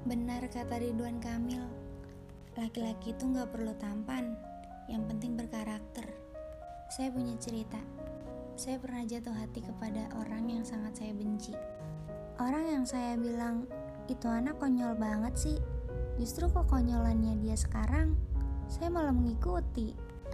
Benar kata Ridwan Kamil, laki-laki itu gak perlu tampan, yang penting berkarakter. Saya punya cerita. Saya pernah jatuh hati kepada orang yang sangat saya benci. Orang yang saya bilang, itu anak konyol banget sih. Justru kok konyolannya dia sekarang, saya malah mengikuti.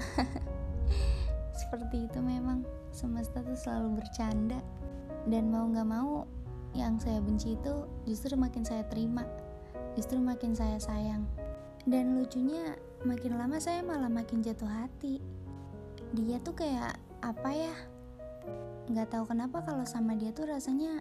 Seperti itu memang, semesta tuh selalu bercanda. Dan mau gak mau, yang saya benci itu justru makin saya terima. Justru makin saya sayang. Dan lucunya, makin lama saya malah makin jatuh hati. Dia tuh kayak apa ya? Gak tahu kenapa kalau sama dia tuh rasanya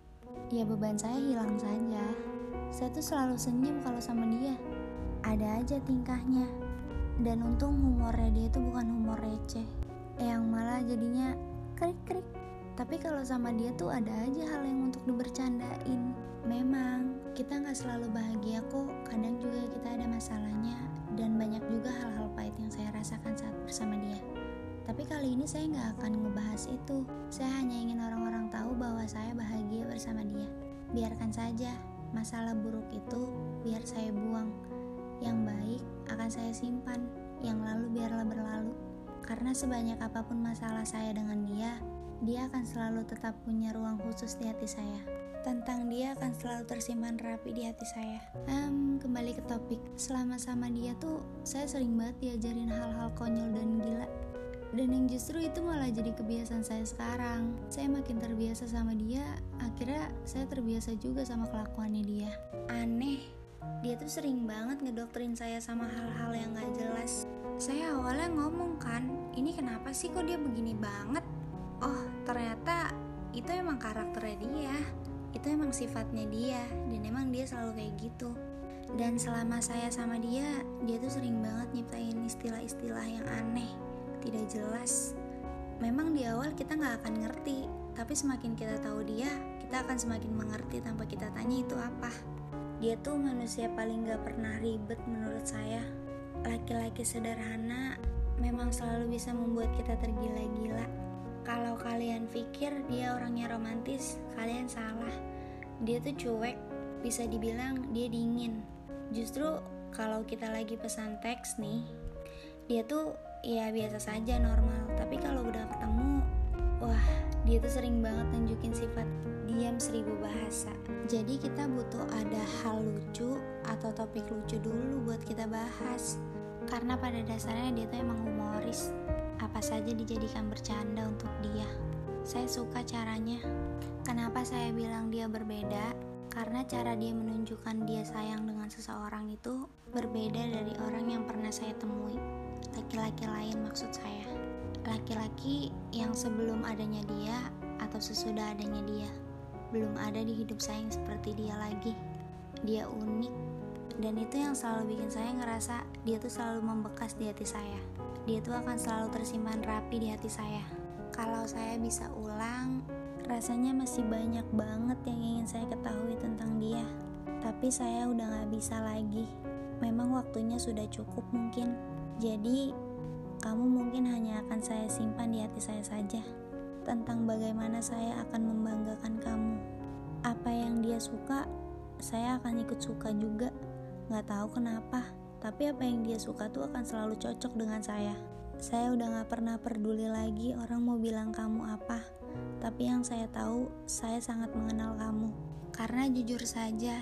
ya beban saya hilang saja. Saya tuh selalu senyum kalau sama dia. Ada aja tingkahnya. Dan untung humornya dia tuh bukan humor receh, yang malah jadinya krik-krik. Tapi kalau sama dia tuh ada aja hal yang untuk dibercandain. Memang kita gak selalu bahagia kok. Kadang juga kita ada masalahnya. Dan banyak juga hal-hal pahit yang saya rasakan saat bersama dia. Tapi kali ini saya gak akan ngebahas itu. Saya hanya ingin orang-orang tahu bahwa saya bahagia bersama dia. Biarkan saja masalah buruk itu biar saya buang. Yang baik akan saya simpan. Yang lalu biarlah berlalu. Karena sebanyak apapun masalah saya dengan dia akan selalu tetap punya ruang khusus di hati saya. Tentang dia akan selalu tersimpan rapi di hati saya. Kembali ke topik. Selama sama dia tuh saya sering banget diajarin hal-hal konyol dan gila. Dan yang justru itu malah jadi kebiasaan saya sekarang. Saya makin terbiasa sama dia, akhirnya saya terbiasa juga sama kelakuannya dia. Aneh, dia tuh sering banget ngedoktrin saya sama hal-hal yang gak jelas. Saya awalnya ngomong kan, ini kenapa sih kok dia begini banget? Oh, ternyata itu emang karakternya dia. Itu emang sifatnya dia. Dan emang dia selalu kayak gitu. Dan selama saya sama dia tuh sering banget nyiptain istilah-istilah yang aneh, tidak jelas. Memang di awal kita gak akan ngerti, tapi semakin kita tahu dia, kita akan semakin mengerti tanpa kita tanya itu apa. Dia tuh manusia paling gak pernah ribet menurut saya. Laki-laki sederhana memang selalu bisa membuat kita tergila-gila. Kalau kalian pikir dia orangnya romantis, kalian salah. Dia tuh cuek, bisa dibilang dia dingin. Justru kalau kita lagi pesan teks nih, dia tuh ya biasa saja normal. Tapi kalau udah ketemu, wah, dia tuh sering banget nunjukin sifat diam 1000 bahasa. Jadi kita butuh ada hal lucu atau topik lucu dulu buat kita bahas. Karena pada dasarnya dia tuh emang humoris. Apa saja dijadikan bercanda untuk dia. Saya suka caranya. Kenapa saya bilang dia berbeda? Karena cara dia menunjukkan dia sayang dengan seseorang itu berbeda dari orang yang pernah saya temui. Laki-laki lain maksud saya. Laki-laki yang sebelum adanya dia atau sesudah adanya dia. Belum ada di hidup saya yang seperti dia lagi. Dia unik. Dan itu yang selalu bikin saya ngerasa dia tuh selalu membekas di hati saya. Dia tuh akan selalu tersimpan rapi di hati saya. Kalau saya bisa ulang, rasanya masih banyak banget yang ingin saya ketahui tentang dia. Tapi saya udah gak bisa lagi. Memang waktunya sudah cukup mungkin. Jadi, kamu mungkin hanya akan saya simpan di hati saya saja. Tentang bagaimana saya akan membanggakan kamu. Apa yang dia suka, saya akan ikut suka juga. Gak tahu kenapa, tapi apa yang dia suka tuh akan selalu cocok dengan saya. Saya udah gak pernah peduli lagi orang mau bilang kamu apa. Tapi yang saya tahu, saya sangat mengenal kamu. Karena jujur saja,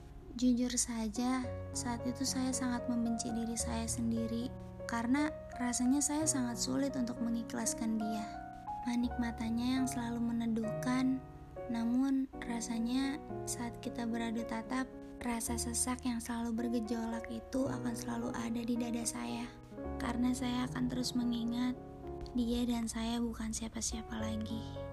saat itu saya sangat membenci diri saya sendiri. Karena rasanya saya sangat sulit untuk mengikhlaskan dia. Manik matanya yang selalu meneduhkan. Namun rasanya saat kita beradu tatap, rasa sesak yang selalu bergejolak itu akan selalu ada di dada saya. Karena saya akan terus mengingat dia dan saya bukan siapa-siapa lagi.